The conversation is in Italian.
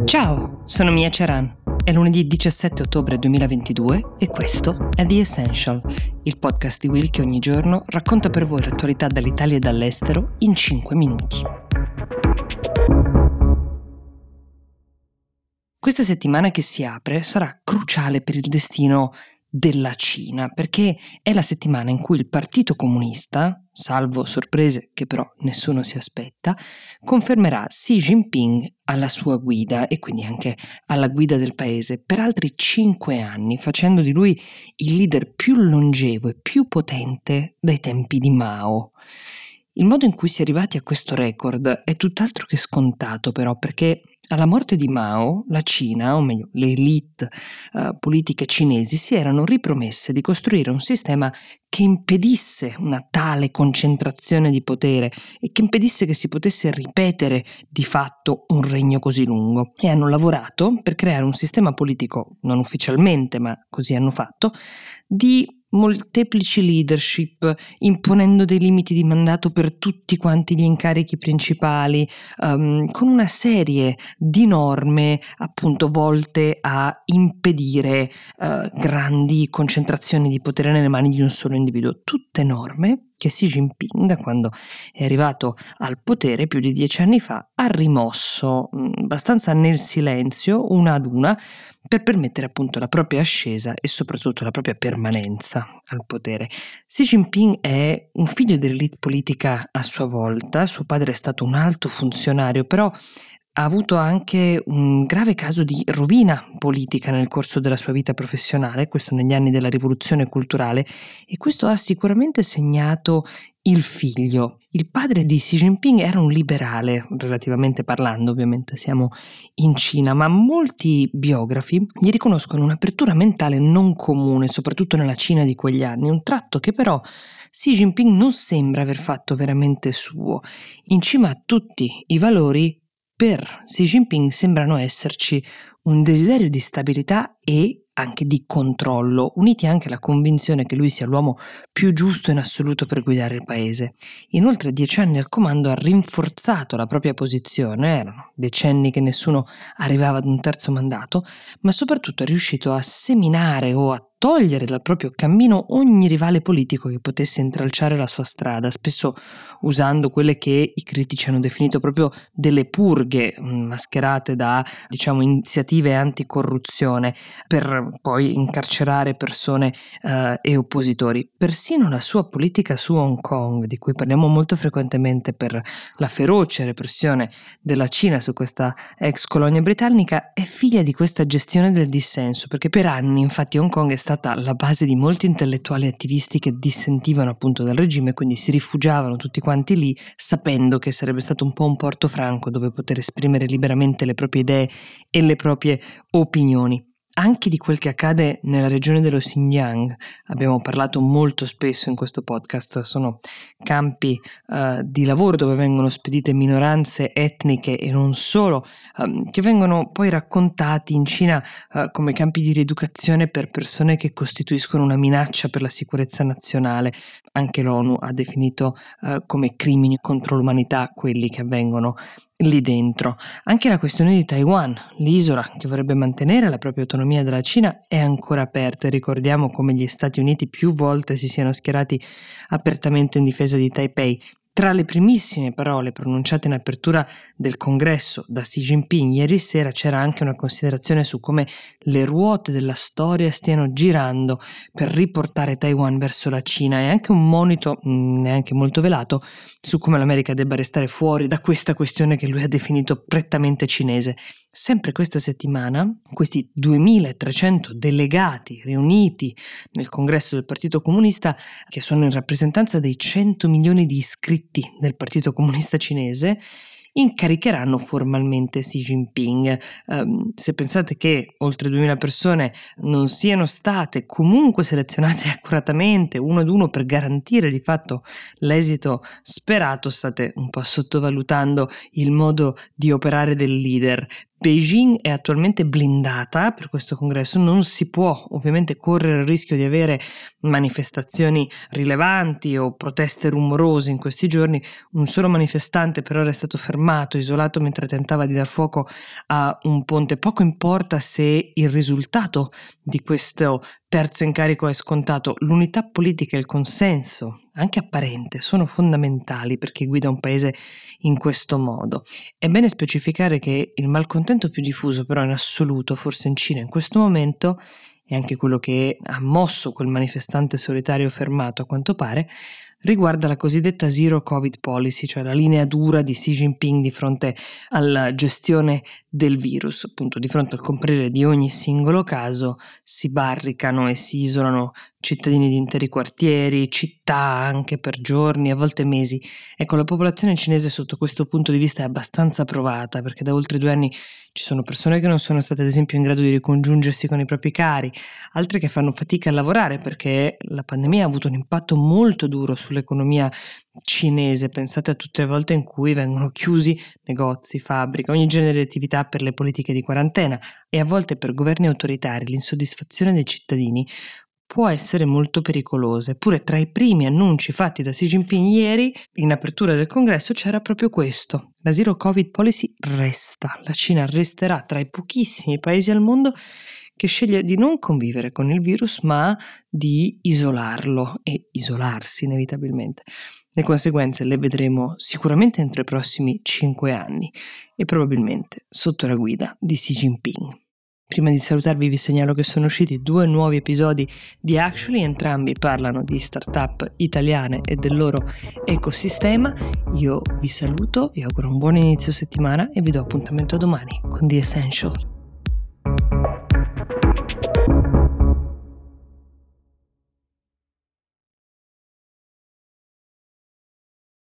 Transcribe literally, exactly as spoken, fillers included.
Ciao, sono Mia Ceran. È lunedì diciassette ottobre duemilaventidue e questo è The Essential, il podcast di Will che ogni giorno racconta per voi l'attualità dall'Italia e dall'estero in cinque minuti. Questa settimana che si apre sarà cruciale per il destino della Cina, perché è la settimana in cui il Partito Comunista, salvo sorprese che però nessuno si aspetta, confermerà Xi Jinping alla sua guida e quindi anche alla guida del paese per altri cinque anni, facendo di lui il leader più longevo e più potente dai tempi di Mao. Il modo in cui si è arrivati a questo record è tutt'altro che scontato però, perché alla morte di Mao, la Cina, o meglio le elite uh, politiche cinesi, si erano ripromesse di costruire un sistema che impedisse una tale concentrazione di potere e che impedisse che si potesse ripetere di fatto un regno così lungo. E hanno lavorato per creare un sistema politico, non ufficialmente, ma così hanno fatto, di molteplici leadership, imponendo dei limiti di mandato per tutti quanti gli incarichi principali, um, con una serie di norme appunto volte a impedire uh, grandi concentrazioni di potere nelle mani di un solo individuo. Tutte norme che Xi Jinping, da quando è arrivato al potere più di dieci anni fa, ha rimosso mh, abbastanza nel silenzio, una ad una, per permettere appunto la propria ascesa e soprattutto la propria permanenza al potere. Xi Jinping è un figlio dell'elite politica a sua volta, suo padre è stato un alto funzionario, però ha avuto anche un grave caso di rovina politica nel corso della sua vita professionale, questo negli anni della rivoluzione culturale, e questo ha sicuramente segnato il figlio. Il padre di Xi Jinping era un liberale, relativamente parlando, ovviamente siamo in Cina, ma molti biografi gli riconoscono un'apertura mentale non comune, soprattutto nella Cina di quegli anni, un tratto che però Xi Jinping non sembra aver fatto veramente suo. In cima a tutti i valori, per Xi Jinping sembrano esserci un desiderio di stabilità e anche di controllo, uniti anche alla convinzione che lui sia l'uomo più giusto in assoluto per guidare il paese. In oltre dieci anni al comando ha rinforzato la propria posizione, erano decenni che nessuno arrivava ad un terzo mandato, ma soprattutto è riuscito a seminare o a togliere dal proprio cammino ogni rivale politico che potesse intralciare la sua strada, spesso usando quelle che i critici hanno definito proprio delle purghe mascherate da, diciamo, iniziative anticorruzione per poi incarcerare persone uh, e oppositori. Persino la sua politica su Hong Kong, di cui parliamo molto frequentemente per la feroce repressione della Cina su questa ex colonia britannica, è figlia di questa gestione del dissenso, perché per anni infatti Hong Kong è stata la base di molti intellettuali e attivisti che dissentivano appunto dal regime, quindi si rifugiavano tutti quanti lì sapendo che sarebbe stato un po' un porto franco dove poter esprimere liberamente le proprie idee e le proprie opinioni. Anche di quel che accade nella regione dello Xinjiang abbiamo parlato molto spesso in questo podcast. Sono campi uh, di lavoro dove vengono spedite minoranze etniche e non solo, um, che vengono poi raccontati in Cina uh, come campi di rieducazione per persone che costituiscono una minaccia per la sicurezza nazionale. Anche l'ONU ha definito uh, come crimini contro l'umanità quelli che avvengono lì dentro. Anche la questione di Taiwan, l'isola che vorrebbe mantenere la propria autonomia dalla Cina, è ancora aperta. Ricordiamo come gli Stati Uniti più volte si siano schierati apertamente in difesa di Taipei. Tra le primissime parole pronunciate in apertura del congresso da Xi Jinping ieri sera c'era anche una considerazione su come le ruote della storia stiano girando per riportare Taiwan verso la Cina e anche un monito, neanche molto velato, su come l'America debba restare fuori da questa questione che lui ha definito prettamente cinese. Sempre questa settimana, questi duemilatrecento delegati riuniti nel congresso del Partito Comunista, che sono in rappresentanza dei cento milioni di iscritti del Partito Comunista Cinese, incaricheranno formalmente Xi Jinping. Um, se pensate che oltre duemila persone non siano state comunque selezionate accuratamente uno ad uno per garantire di fatto l'esito sperato, state un po' sottovalutando il modo di operare del leader. Beijing è attualmente blindata per questo congresso, non si può ovviamente correre il rischio di avere manifestazioni rilevanti o proteste rumorose in questi giorni. Un solo manifestante per ora è stato fermato, isolato mentre tentava di dar fuoco a un ponte. Poco importa se il risultato di questo terzo incarico è scontato, l'unità politica e il consenso, anche apparente, sono fondamentali per chi guida un paese in questo modo. È bene specificare che il malcontento più diffuso però in assoluto, forse in Cina in questo momento, e anche quello che ha mosso quel manifestante solitario fermato a quanto pare, riguarda la cosiddetta Zero Covid Policy, cioè la linea dura di Xi Jinping di fronte alla gestione del virus. Appunto, di fronte al comparire di ogni singolo caso si barricano e si isolano cittadini di interi quartieri, città anche per giorni, a volte mesi. Ecco, la popolazione cinese sotto questo punto di vista è abbastanza provata, perché da oltre due anni ci sono persone che non sono state ad esempio in grado di ricongiungersi con i propri cari, altre che fanno fatica a lavorare perché la pandemia ha avuto un impatto molto duro sull'economia cinese. Pensate a tutte le volte in cui vengono chiusi negozi, fabbriche, ogni genere di attività per le politiche di quarantena, e a volte per governi autoritari l'insoddisfazione dei cittadini può essere molto pericolosa. Eppure tra i primi annunci fatti da Xi Jinping ieri in apertura del congresso c'era proprio questo: la Zero Covid Policy resta. La Cina resterà tra i pochissimi paesi al mondo che sceglie di non convivere con il virus ma di isolarlo e isolarsi inevitabilmente. Le conseguenze le vedremo sicuramente entro i prossimi cinque anni e probabilmente sotto la guida di Xi Jinping. Prima di salutarvi vi segnalo che sono usciti due nuovi episodi di Actually, entrambi parlano di startup italiane e del loro ecosistema. Io vi saluto, vi auguro un buon inizio settimana e vi do appuntamento a domani con The Essential.